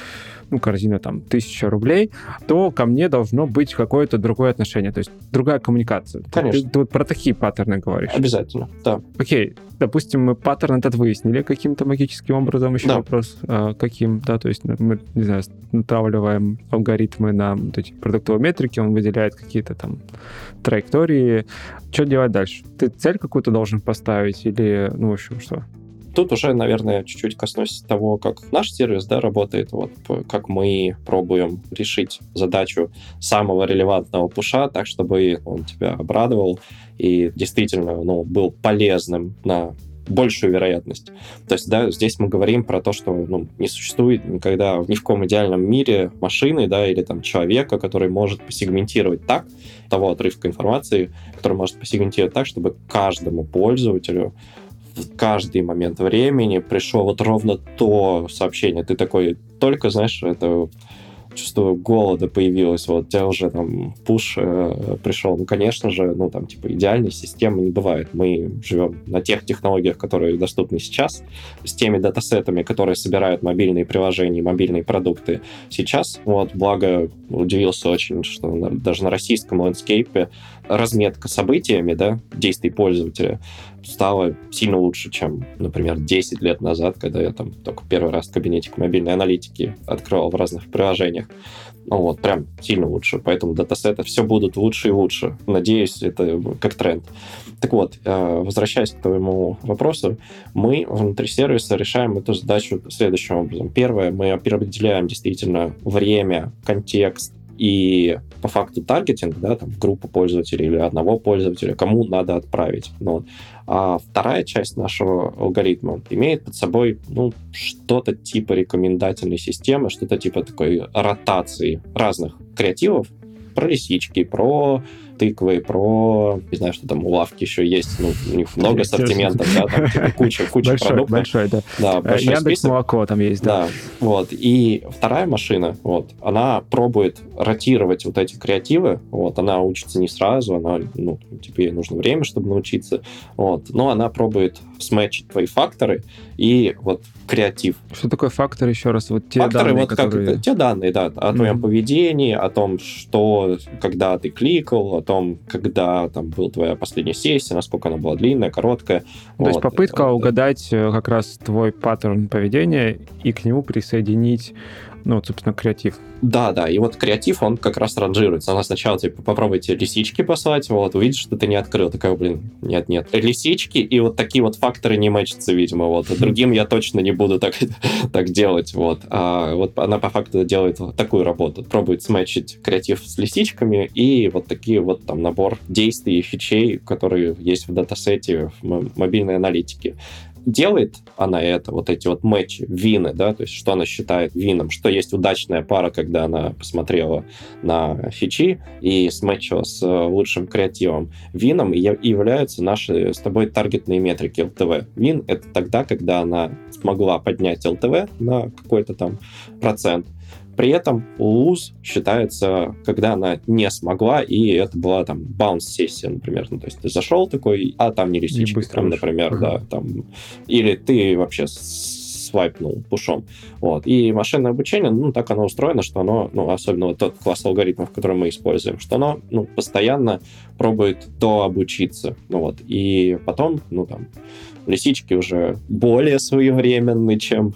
ну, корзина там тысяча рублей, то ко мне должно быть какое-то другое отношение, то есть другая коммуникация. Конечно. Ты, ты вот про такие паттерны говоришь. Обязательно, да. Окей, допустим, мы паттерн этот выяснили каким-то магическим образом, еще да. вопрос, а, каким, да, то есть мы, не знаю, натравливаем алгоритмы на вот эти продуктовые метрики, он выделяет какие-то там траектории. Что делать дальше? Ты цель какую-то должен поставить или, ну, в общем, что? Тут уже, наверное, чуть-чуть коснусь того, как наш сервис, да, работает, вот как мы пробуем решить задачу самого релевантного пуша так, чтобы он тебя обрадовал и действительно, ну, был полезным на большую вероятность. То есть, да, здесь мы говорим про то, что, ну, не существует никогда ни в каком идеальном мире машины, да, или там человека, который может посегментировать так, того отрывка информации, который может посегментировать так, чтобы каждому пользователю в каждый момент времени пришло вот ровно то сообщение. Ты такой, только, знаешь, это чувство голода появилось, вот у тебя уже там пуш э, пришел. Ну, конечно же, ну, там, типа, идеальной системы не бывает. Мы живем на тех технологиях, которые доступны сейчас, с теми датасетами, которые собирают мобильные приложения, мобильные продукты сейчас. Вот, благо, удивился очень, что на, даже на российском ландскейпе разметка событиями, да, действий пользователя стала сильно лучше, чем, например, десять лет назад, когда я там только первый раз кабинетик мобильной аналитики открывал в разных приложениях. Ну вот, прям сильно лучше. Поэтому датасеты все будут лучше и лучше. Надеюсь, это как тренд. Так вот, возвращаясь к твоему вопросу, мы внутри сервиса решаем эту задачу следующим образом. Первое, мы определяем действительно время, контекст, и по факту таргетинг, да, там, группу пользователей или одного пользователя, кому надо отправить. Ну, а вторая часть нашего алгоритма имеет под собой, ну, что-то типа рекомендательной системы, что-то типа такой ротации разных креативов про лисички, про тыквы, про, не знаю, что там у лавки еще есть, ну, у них много ассортиментов, да, там типа, куча, куча большой, продуктов. Большой, да. Да, большой Яндекс список. Молоко там есть, да. Да, вот. И вторая машина, вот, она пробует ротировать вот эти креативы, вот, она учится не сразу, она, ну, типа, ей нужно время, чтобы научиться, вот, но она пробует сметчить твои факторы и вот креатив. Что такое фактор, еще раз? Вот те Факторы, данные, вот которые... как те данные, да, о твоем mm-hmm. поведении, о том, что, когда ты кликал, о том, когда там была твоя последняя сессия, насколько она была длинная, короткая. То вот. есть попытка вот, угадать как раз твой паттерн поведения и к нему присоединить, ну, вот, собственно, креатив. Да, да, и вот креатив, он как раз ранжируется. Она сначала, типа, попробуйте лисички послать, вот, увидишь, что ты не открыл. Такая, блин, нет-нет. Лисички, и вот такие вот факторы не мэчатся, видимо, вот. А другим я точно не буду так, так делать, вот. А вот она по факту делает вот такую работу. Пробует сметчить креатив с лисичками и вот такие вот там набор действий и фичей, которые есть в датасете в мобильной аналитике. Делает она это, вот эти вот матчи, вины, да, то есть что она считает вином, что есть удачная пара, когда она посмотрела на фичи и сметчила с лучшим креативом. Вином и являются наши с тобой таргетные метрики эл ти ви. Вин — это тогда, когда она смогла поднять эл ти ви на какой-то там процент. При этом луз считается, когда она не смогла, и это была там баунс-сессия, например. Ну, то есть ты зашел такой, а там не лисичка, там, например, uh-huh. да, там, или ты вообще свайпнул пушом. Вот. И машинное обучение, ну, так оно устроено, что оно, ну, особенно вот тот класс алгоритмов, который мы используем, что оно, ну, постоянно пробует дообучиться. Ну, вот. И потом, ну, там, лисички уже более своевременны, чем...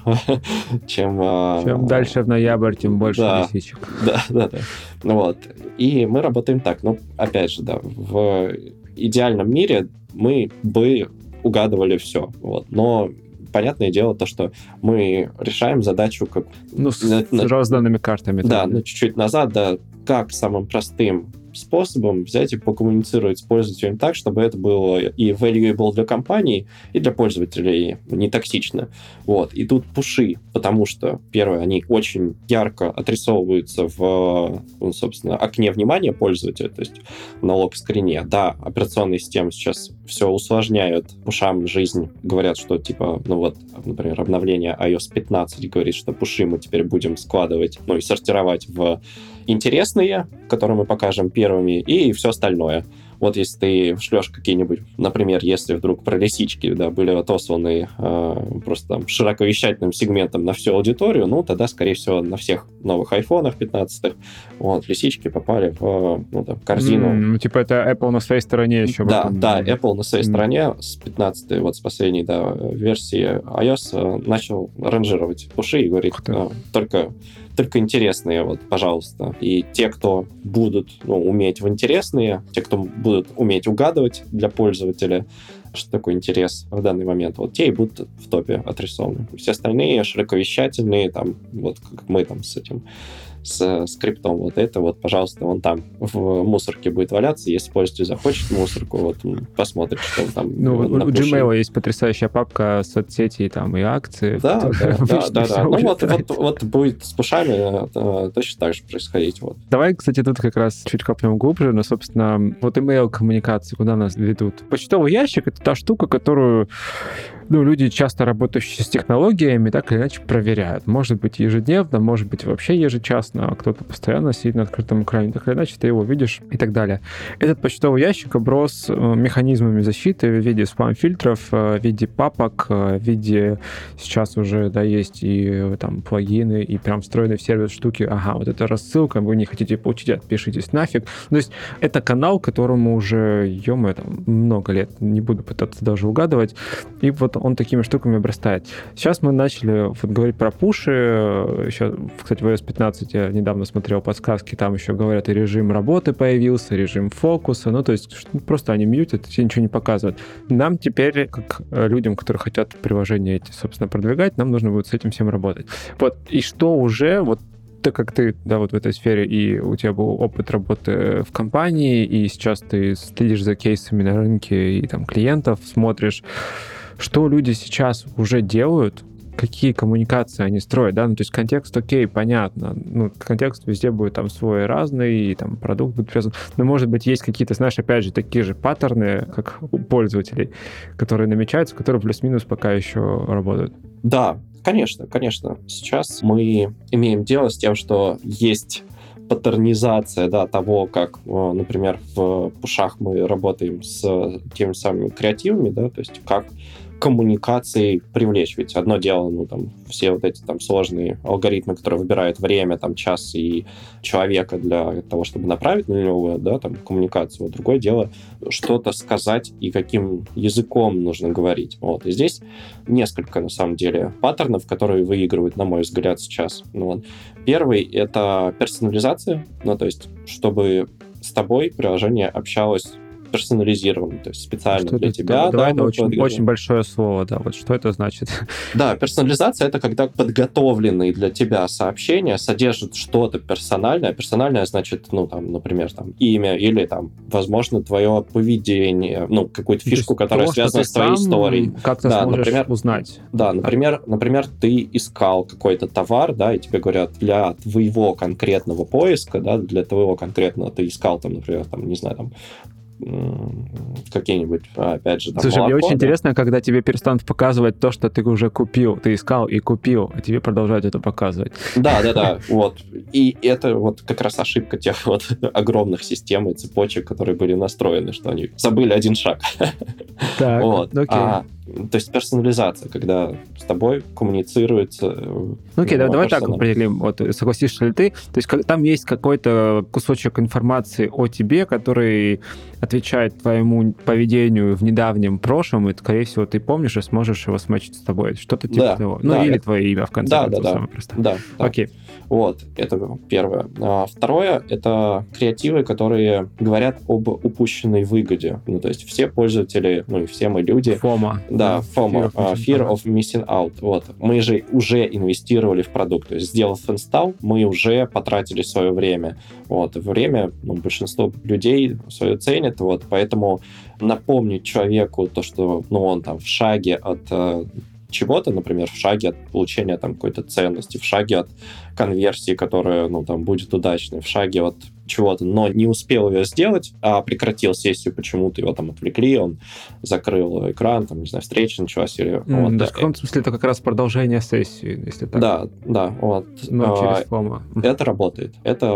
чем, чем дальше в ноябрь, тем больше да, лисичек. Да, да, да. Вот. И мы работаем так. Ну, опять же, да, в идеальном мире мы бы угадывали все. Вот. Но понятное дело то, что мы решаем задачу как... Ну, с, на, с разданными картами. Да, там, ну, чуть-чуть назад, да, как самым простым способом взять и покоммуницировать с пользователем так, чтобы это было и valuable для компании, и для пользователей не токсично. Вот. И тут пуши, потому что, первое, они очень ярко отрисовываются в, ну, собственно, окне внимания пользователя, то есть на лог-скрине. Да, операционные системы сейчас все усложняют пушам жизнь, говорят, что типа, ну вот, например, обновление ай о эс пятнадцать говорит, что пуши мы теперь будем складывать, ну и сортировать в интересные, которые мы покажем первыми, и все остальное. Вот если ты шлешь какие-нибудь, например, если вдруг про лисички, да, были отосланы э, просто там широковещательным сегментом на всю аудиторию, ну, тогда, скорее всего, на всех новых айфонах пятнадцатых вот, лисички попали в ну, там, корзину. Mm, ну, типа это Apple на своей стороне еще. Да, этом... да, Apple на своей mm. стороне с пятнадцатой, вот с последней, да, версии iOS начал ранжировать пуши и говорит, э, только, только интересные, вот, пожалуйста. И те, кто будут ну, уметь в интересные, те, кто будут уметь угадывать для пользователя, что такое интерес в данный момент, вот те и будут в топе отрисованы. Все остальные широковещательные, там, вот как мы там с этим, с скриптом, вот это вот, пожалуйста, он там в мусорке будет валяться, если пользователь захочет мусорку, вот посмотрит, что он там ну, у, у Gmail есть потрясающая папка соцсети там, и акции. Да, да, да, да, да. Ну вот, вот, вот будет с пушами э, точно так же происходить. Вот. Давай, кстати, тут как раз чуть копнем глубже, но, собственно, вот email-коммуникации, куда нас ведут? Почтовый ящик — это та штука, которую ну, люди, часто работающие с технологиями, так или иначе проверяют. Может быть, ежедневно, может быть, вообще ежечасно, а кто-то постоянно сидит на открытом экране, так или иначе ты его видишь и так далее. Этот почтовый ящик оброс механизмами защиты в виде спам-фильтров, в виде папок, в виде сейчас уже, да, есть и там плагины, и прям встроенные в сервис штуки. Ага, вот эта рассылка, вы не хотите получить, отпишитесь нафиг. То есть это канал, которому уже, ё-моё, там много лет, не буду пытаться даже угадывать, и вот он такими штуками обрастает. Сейчас мы начали вот говорить про пуши. Еще, кстати, в iOS пятнадцать я недавно смотрел подсказки, там еще говорят, и режим работы появился, режим фокуса. Ну, то есть просто они мьютят, тебе ничего не показывают. Нам теперь, как людям, которые хотят приложения эти, собственно, продвигать, нам нужно будет с этим всем работать. Вот. И что уже, вот так как ты, да, вот в этой сфере, и у тебя был опыт работы в компании, и сейчас ты следишь за кейсами на рынке, и там клиентов смотришь, что люди сейчас уже делают, какие коммуникации они строят, да, ну, то есть контекст, окей, понятно, ну, контекст везде будет там свой разный, и там продукт будет привязан, но, может быть, есть какие-то, знаешь, опять же, такие же паттерны, как у пользователей, которые намечаются, которые плюс-минус пока еще работают. Да, конечно, конечно. Сейчас мы имеем дело с тем, что есть паттернизация, да, того, как, например, в пушах мы работаем с теми самыми креативами, да, то есть как коммуникации привлечь. Ведь одно дело, ну, там, все вот эти там сложные алгоритмы, которые выбирают время, там, час и человека для того, чтобы направить на него, да, там, коммуникацию. Вот другое дело что-то сказать и каким языком нужно говорить. Вот. И здесь несколько, на самом деле, паттернов, которые выигрывают, на мой взгляд, сейчас. Ну, вот. Первый — это персонализация, ну, то есть, чтобы с тобой приложение общалось персонализированно, то есть специально что для это, тебя. Давай, да, это очень, очень большое слово, да, вот что это значит? Да, персонализация — это когда подготовленные для тебя сообщения содержат что-то персональное. Персональное значит, ну, там, например, там, имя или, там, возможно, твое поведение, ну, какую-то фишку, которая то, связана с твоей историей. Как-то да, сможешь например, узнать. Да, например, например, ты искал какой-то товар, да, и тебе говорят, для твоего конкретного поиска, да, для твоего конкретного, ты искал, там, например, там, не знаю, там, какие-нибудь, опять же, там, Слушай, молоко, мне очень да? интересно, когда тебе перестанут показывать то, что ты уже купил, ты искал и купил, а тебе продолжают это показывать. Да, да, да, вот. И это вот как раз ошибка тех вот огромных систем и цепочек, которые были настроены, что они забыли один шаг. Так, вот. окей. А, то есть персонализация, когда с тобой коммуницируется. Ну, окей, ну, давай так определим. Вот, согласишься ли ты? То есть там есть какой-то кусочек информации о тебе, который отвечает твоему поведению в недавнем прошлом, и, скорее всего, ты помнишь и сможешь его смачить с тобой. Что-то типа да, того. Ну, да, или это... твое имя, в конце да, концов, да, самое да, простое. Да, да. Окей. Вот, это первое. А второе — это креативы, которые говорят об упущенной выгоде. Ну, то есть все пользователи, ну, и все мы люди... фома. Да, фома. Fear of, Fear of missing out. Вот. Мы же уже инвестировали в продукт. То есть, сделав инсталл, мы уже потратили свое время. Вот. Время, ну, большинство людей свое ценит. Вот. Поэтому напомнить человеку то, что, ну, он там в шаге от чего-то, например, в шаге от получения там какой-то ценности, в шаге от конверсии, которая, ну, там, будет удачной, в шаге от чего-то, но не успел ее сделать, а прекратил сессию, почему-то его там отвлекли, он закрыл экран, там, не знаю, встреча началась. Или, mm, вот, да, в каком смысле это как раз продолжение сессии, если так. Да, да, вот. Но через фома. Это работает. Это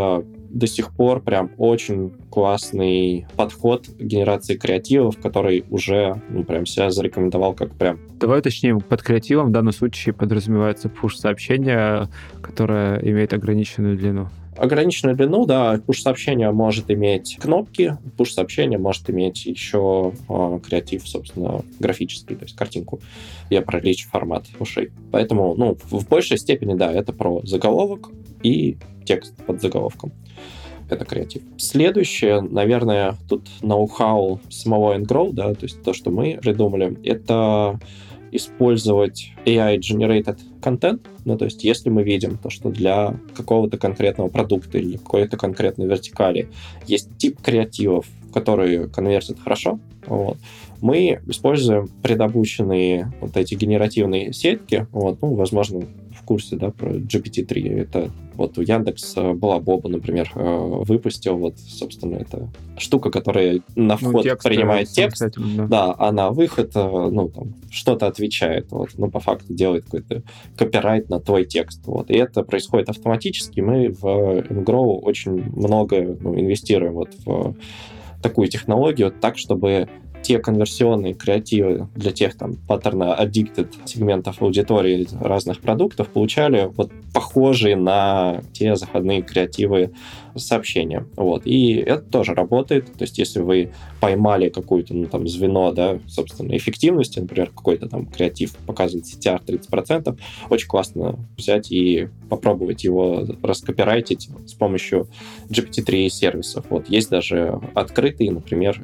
до сих пор прям очень классный подход к генерации креативов, который уже ну, прям себя зарекомендовал как прям... Давай уточним, под креативом в данном случае подразумевается push-сообщение, которое имеет ограниченную длину. Ограниченную длину, да, push-сообщение может иметь кнопки, push-сообщение может иметь еще э, креатив, собственно, графический, то есть картинку и определить формат пушей. Поэтому, ну, в большей степени, да, это про заголовок и текст под заголовком. Это креатив. Следующее, наверное, тут ноу-хау самого nGrow, да, то есть то, что мы придумали, это использовать эй ай-generated content, ну, то есть если мы видим то, что для какого-то конкретного продукта или какой-то конкретной вертикали есть тип креативов, которые конвертят хорошо, вот, мы используем предобученные вот эти генеративные сетки, вот, ну, возможно, в курсе, да, про джи пи ти три. Это вот у Яндекс Балабоба, например, выпустил, вот, собственно, это штука, которая на вход ну, текст, принимает текст, да. да, а на выход, ну, там, что-то отвечает, вот, ну, по факту делает какой-то копирайт на твой текст, вот, и это происходит автоматически. Мы в nGrow очень много ну, инвестируем вот в такую технологию, так, чтобы те конверсионные креативы для тех там паттерна-addicted сегментов аудитории разных продуктов получали вот похожие на те заходные креативы сообщения. Вот. И это тоже работает. То есть если вы поймали какое-то ну, там, звено, да, собственно, эффективности, например, какой-то там креатив показывает си ти ар тридцать процентов, очень классно взять и попробовать его раскопирайтить с помощью джи пи ти три сервисов. Вот. Есть даже открытый, например,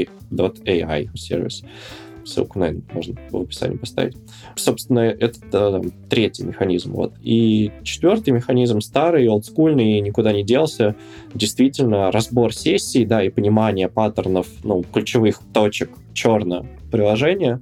copy.ai сервис. Ссылку, наверное, можно в описании поставить. Собственно, это да, третий механизм. Вот. И четвертый механизм, старый, олдскульный, никуда не делся. Действительно, разбор сессий, да, и понимание паттернов, ну, ключевых точек черно приложения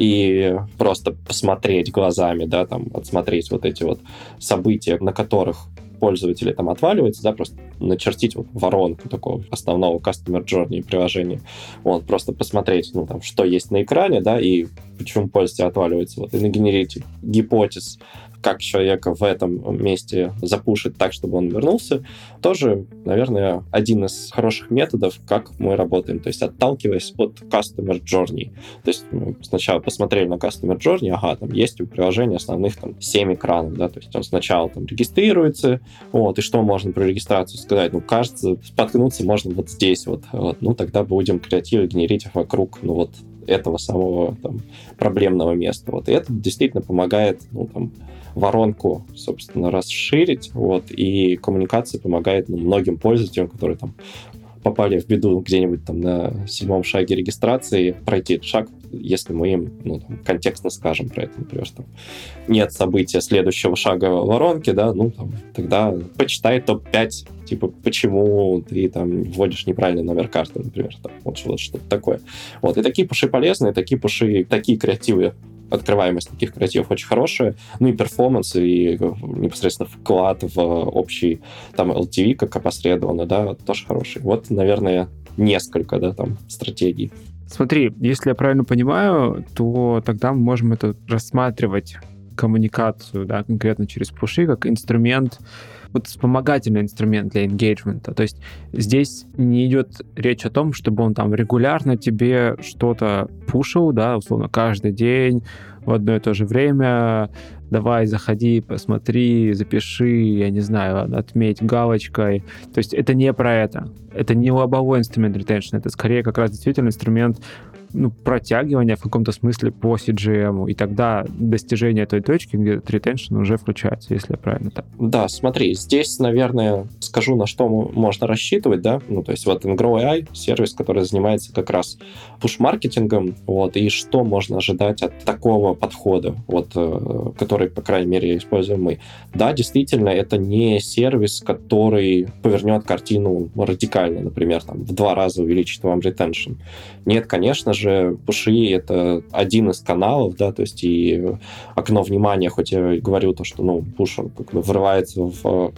и просто посмотреть глазами, да, там, отсмотреть вот эти вот события, на которых пользователи там отваливаются, да, просто начертить вот воронку такого основного customer journey приложения, вот, просто посмотреть, ну, там, что есть на экране, да, и почему пользователь отваливается, вот, и нагенерить гипотез, как человека в этом месте запушить так, чтобы он вернулся, тоже, наверное, один из хороших методов, как мы работаем, то есть отталкиваясь от customer journey. То есть мы сначала посмотрели на customer journey, ага, там есть у приложения основных там семь экранов, да, то есть он сначала там регистрируется, вот, и что можно про регистрацию сказать? Ну, кажется, споткнуться можно вот здесь вот, вот, ну, тогда будем креативы генерить вокруг, ну, вот, этого самого там, проблемного места. Вот. И это действительно помогает ну, там, воронку, собственно, расширить, вот, и коммуникация помогает ну, многим пользователям, которые там попали в беду где-нибудь там на седьмом шаге регистрации, пройти этот шаг, если мы им ну, там, контекстно скажем про это, например, что нет события следующего шага воронки, да, ну, там, тогда почитай топ пять, типа, почему ты там вводишь неправильный номер карты, например, там, вот, вот что-то такое. Вот, и такие пуши полезные, такие пуши, такие креативы, открываемость таких креативов очень хорошая, ну и перформанс, и непосредственно вклад в общий там эл ти ви как опосредованно, да, тоже хороший. Вот, наверное, несколько, да, там, стратегий. Смотри, если я правильно понимаю, то тогда мы можем это рассматривать коммуникацию, да, конкретно через пуши, как инструмент, вот вспомогательный инструмент для engagement. То есть здесь не идет речь о том, чтобы он там регулярно тебе что-то пушил, да, условно, каждый день в одно и то же время. Давай, заходи, посмотри, запиши, я не знаю, отметь галочкой. То есть это не про это. Это не лобовой инструмент retention, это скорее как раз действительно инструмент ну, протягивания в каком-то смысле по си джи эм, и тогда достижение той точки, где этот retention уже включается, если я правильно так. Да, смотри, здесь, наверное, скажу, на что можно рассчитывать, да, ну, то есть вот nGrow эй ай, сервис, который занимается как раз пуш-маркетингом, вот, и что можно ожидать от такого подхода, вот, который, по крайней мере, используем мы. Да, действительно, это не сервис, который повернет картину радикально, например, там, в два раза увеличит вам retention. Нет, конечно же, же пуши — это один из каналов, да, то есть и окно внимания, хоть я и говорю то, что, ну, пуш как бы врывается в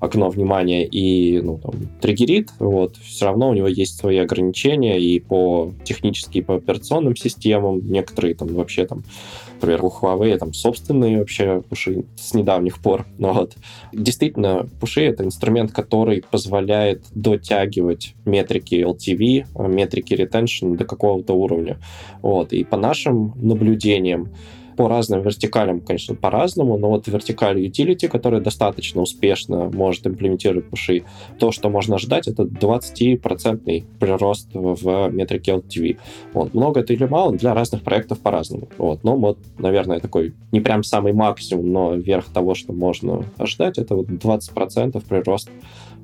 окно внимания и ну, там, триггерит, вот, все равно у него есть свои ограничения и по технически, и по операционным системам. Некоторые там вообще там, например, у Huawei там собственные вообще пуши с недавних пор. Вот. Действительно, пуши — это инструмент, который позволяет дотягивать метрики эл ти ви, метрики retention до какого-то уровня. Вот. И по нашим наблюдениям, по разным вертикалям, конечно, по-разному, но вот вертикаль utility, которая достаточно успешно может имплементировать пуши, то, что можно ожидать, это двадцать процентов прирост в метрике эл ти ви. Вот. Много это или мало, для разных проектов по-разному. Вот. Но вот, наверное, такой не прям самый максимум, но верх того, что можно ожидать, это вот двадцать процентов прирост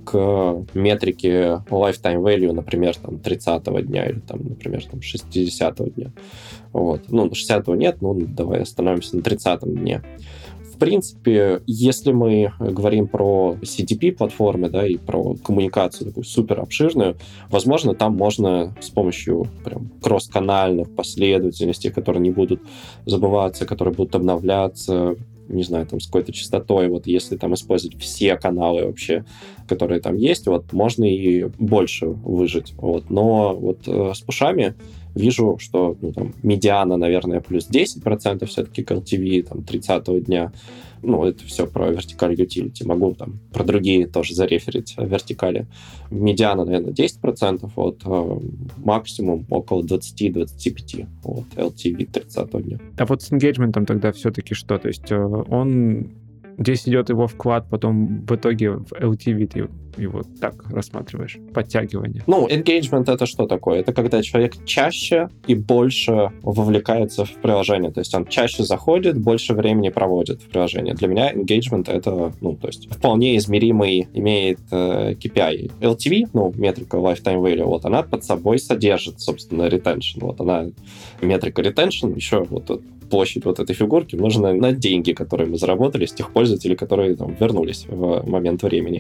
к метрике lifetime value, например, там, тридцатого дня или, там, например, там, шестидесятого дня. Вот. Ну, шестидесятого нет, ну, давай остановимся на тридцатом дне. В принципе, если мы говорим про си ди пи-платформы, да, и про коммуникацию такую супер обширную, возможно, там можно с помощью прям кросс-канальных последовательностей, которые не будут забываться, которые будут обновляться, не знаю, там, с какой-то частотой, вот, если там использовать все каналы вообще, которые там есть, вот, можно и больше выжить, вот, но вот э, с пушами вижу, что, ну, там, медиана, наверное, плюс десять процентов все-таки к эл ти ви, там, тридцатого дня, ну, это все про вертикаль utility, могу там про другие тоже зареферить вертикали. Медиана, наверное, десять процентов, вот, э, максимум около двадцать-двадцать пять, вот, эл ти ви тридцатого дня. А вот с engagement тогда все-таки что? То есть он... Здесь идет его вклад, потом в итоге в эл ти ви ты его так рассматриваешь, подтягивание. Ну, engagement — это что такое? Это когда человек чаще и больше вовлекается в приложение. То есть он чаще заходит, больше времени проводит в приложении. Для меня engagement — это, ну, то есть вполне измеримый, имеет э, кей пи ай. эл ти ви, ну, метрика lifetime value, вот она под собой содержит, собственно, retention. Вот она, метрика retention, еще вот, вот площадь вот этой фигурки умножена на деньги, которые мы заработали с тех пользователей, которые там вернулись в момент времени.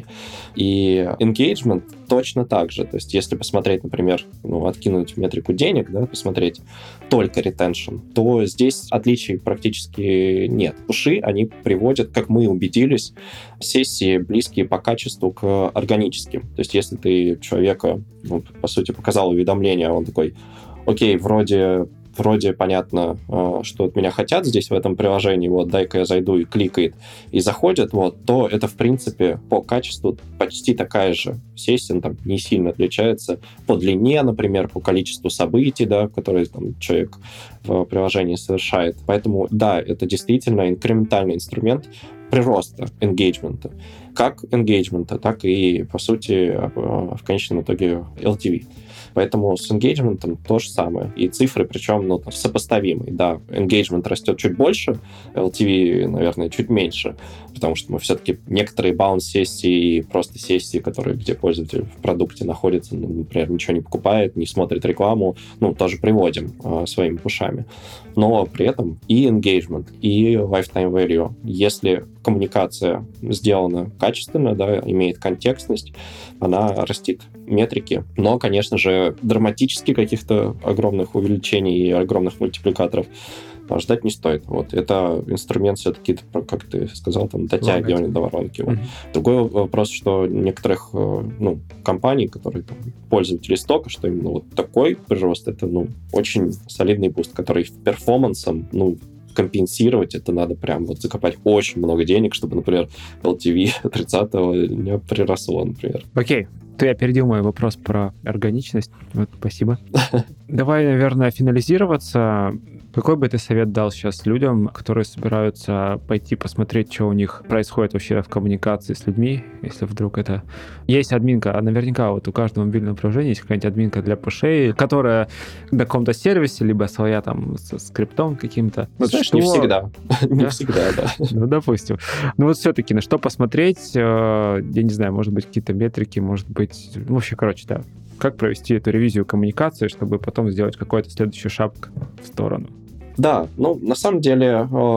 И engagement точно так же. То есть если посмотреть, например, ну, откинуть метрику денег, да, посмотреть только retention, то здесь отличий практически нет. Пуши, они приводят, как мы убедились, сессии близкие по качеству к органическим. То есть если ты человека, ну, по сути, показал уведомление, он такой: окей, вроде вроде понятно, что от меня хотят здесь в этом приложении, вот, дай-ка я зайду, и кликает, и заходит, вот, то это, в принципе, по качеству почти такая же сессия, там не сильно отличается по длине, например, по количеству событий, да, которые там человек в приложении совершает. Поэтому, да, это действительно инкрементальный инструмент прироста энгейджмента. Как энгейджмента, так и, по сути, в конечном итоге эл ти ви. Поэтому с engagement то же самое. И цифры, причем, ну, сопоставимые. Да, engagement растет чуть больше, эл ти ви, наверное, чуть меньше, потому что мы все-таки некоторые баунс-сессии и просто сессии, которые, где пользователь в продукте находится, ну, например, ничего не покупает, не смотрит рекламу, ну, тоже приводим э, своими пушами. Но при этом и engagement, и lifetime value, если коммуникация сделана качественно, да, имеет контекстность, она растит метрики. Но, конечно же, драматически каких-то огромных увеличений и огромных мультипликаторов ждать не стоит. Вот. Это инструмент все-таки, как ты сказал, там, дотягивание до воронки. Вот. Mm-hmm. Другой вопрос, что некоторых, ну, компаний, которые там, пользователи стока, что именно вот такой прирост, это, ну, очень солидный буст, который перформансом, ну, компенсировать, это надо прям вот закопать очень много денег, чтобы, например, эл ти ви тридцатого не приросло, например. Окей. Ты опередил мой вопрос про органичность. Вот, спасибо. Давай, наверное, финализироваться. Какой бы ты совет дал сейчас людям, которые собираются пойти посмотреть, что у них происходит вообще в коммуникации с людьми, если вдруг это... Есть админка, а наверняка вот у каждого мобильного приложения есть какая-нибудь админка для пушей, которая на каком-то сервисе, либо своя там со скриптом каким-то. Ну, знаешь, не всегда. Не всегда, да. Ну, допустим. Ну, вот все-таки на что посмотреть? Я не знаю, может быть, какие-то метрики, может быть... Ну, вообще, короче, да. Как провести эту ревизию коммуникации, чтобы потом сделать какой-то следующий шаг в сторону? Да, ну, на самом деле,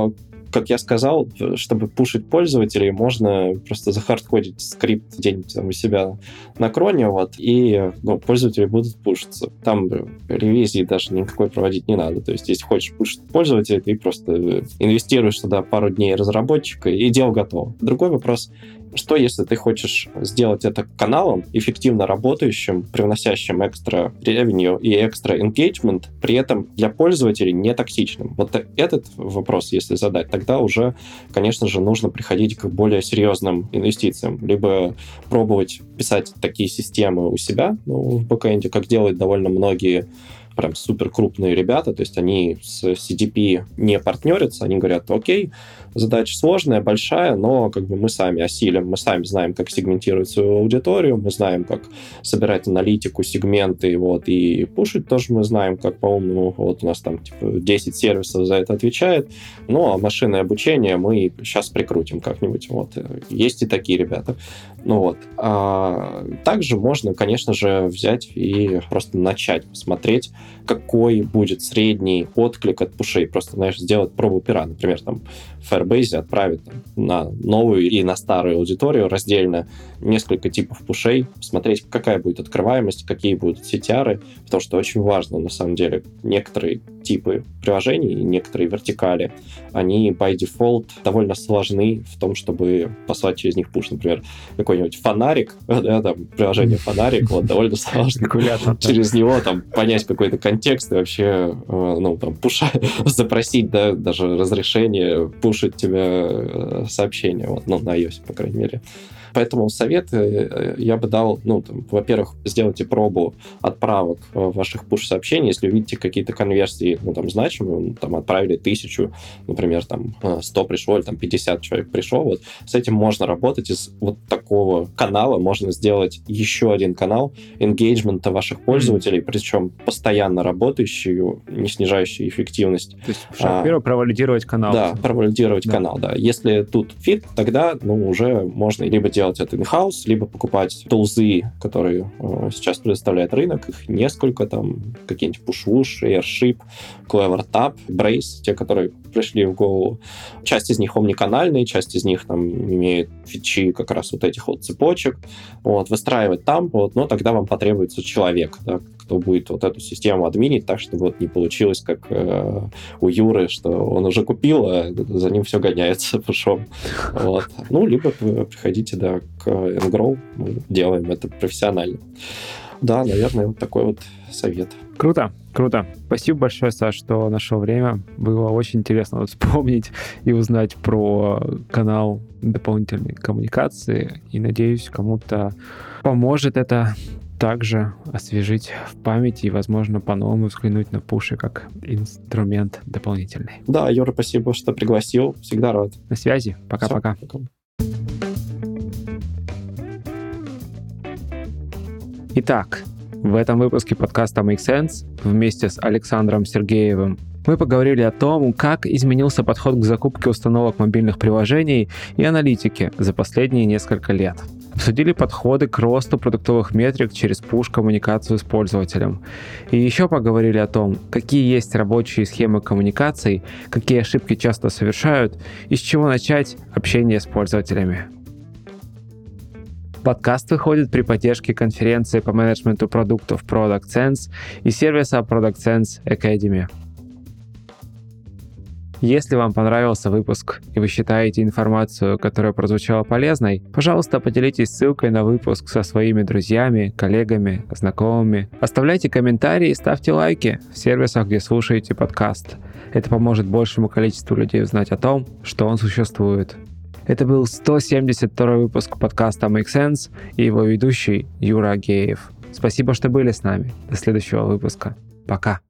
как я сказал, чтобы пушить пользователей, можно просто захардкодить скрипт где-нибудь там у себя на кроне, вот, и ну, пользователи будут пушиться. Там ревизии даже никакой проводить не надо. То есть, если хочешь пушить пользователей, ты просто инвестируешь туда пару дней разработчика, и дело готово. Другой вопрос, что если ты хочешь сделать это каналом, эффективно работающим, привносящим экстра revenue и экстра engagement, при этом для пользователей не токсичным? Вот этот вопрос, если задать, тогда уже, конечно же, нужно приходить к более серьезным инвестициям. Либо пробовать писать такие системы у себя, ну, в бэкэнде, как делают довольно многие прям супер крупные ребята, то есть они с си ди пи не партнерятся, они говорят, окей, задача сложная, большая, но как бы мы сами осилим, мы сами знаем, как сегментировать свою аудиторию, мы знаем, как собирать аналитику, сегменты, вот, и пушить тоже мы знаем, как по-умному, вот у нас там типа десять сервисов за это отвечает, ну, а машинное обучение мы сейчас прикрутим как-нибудь, вот, есть и такие ребята, ну вот. А также можно, конечно же, взять и просто начать посмотреть, какой будет средний отклик от пушей. Просто, знаешь, сделать пробу пера. Например, там в Firebase отправить там, на новую и на старую аудиторию раздельно несколько типов пушей, посмотреть, какая будет открываемость, какие будут си ти ар, потому что очень важно, на самом деле, некоторые типы приложений, некоторые вертикали, они by default довольно сложны в том, чтобы послать через них пуш. Например, какой-нибудь фонарик, да, там, приложение фонарик, вот, довольно сложно через него там понять какой-то контекст и вообще, ну, там, пуша, запросить, да, даже разрешение пушить тебе сообщение, вот, ну, на iOS, по крайней мере. Поэтому совет я бы дал, ну, там, во-первых, сделайте пробу отправок ваших пуш-сообщений, если увидите какие-то конверсии, ну, там, значимые, ну, там, отправили тысячу, например, там, сто пришло, или там пятьдесят человек пришло, вот, с этим можно работать, из вот такого канала можно сделать еще один канал engagement ваших пользователей, mm-hmm. причем постоянно работающий, не снижающий эффективность. То есть, шаг первый, провалидировать канал. Да, провалидировать да. канал, да. Если тут фит, тогда, ну, уже можно либо делать делать это in-house, либо покупать тулзы, которые э, сейчас предоставляет рынок. Их несколько, там, какие-нибудь Pushwoosh, Airship, CleverTap, Brace, те, которые пришли в голову. Часть из них омниканальные, часть из них там имеет фичи как раз вот этих вот цепочек. Вот, выстраивать там, вот, но тогда вам потребуется человек, да, кто будет вот эту систему админить так, чтобы вот не получилось, как э, у Юры, что он уже купил, а за ним все гоняется пушом. Вот. Ну, либо приходите, да, к ngrow, мы делаем это профессионально. Да, наверное, вот такой вот совет. Круто, круто. Спасибо большое, Саш, что нашел время. Было очень интересно вот вспомнить и узнать про канал дополнительной коммуникации. И, надеюсь, кому-то поможет это также освежить в памяти и, возможно, по-новому взглянуть на пуши как инструмент дополнительный. Да, Юра, спасибо, что пригласил. Всегда рад. На связи. Пока-пока. Все, пока. Итак, в этом выпуске подкаста Make Sense вместе с Александром Сергеевым мы поговорили о том, как изменился подход к закупке установок мобильных приложений и аналитики за последние несколько лет. Обсудили подходы к росту продуктовых метрик через пуш-коммуникацию с пользователем. И еще поговорили о том, какие есть рабочие схемы коммуникаций, какие ошибки часто совершают и с чего начать общение с пользователями. Подкаст выходит при поддержке конференции по менеджменту продуктов Product Sense и сервиса Product Sense Academy. Если вам понравился выпуск и вы считаете информацию, которая прозвучала полезной, пожалуйста, поделитесь ссылкой на выпуск со своими друзьями, коллегами, знакомыми. Оставляйте комментарии и ставьте лайки в сервисах, где слушаете подкаст. Это поможет большему количеству людей узнать о том, что он существует. Это был сто семьдесят второй выпуск подкаста Make Sense и его ведущий Юра Агеев. Спасибо, что были с нами. До следующего выпуска. Пока.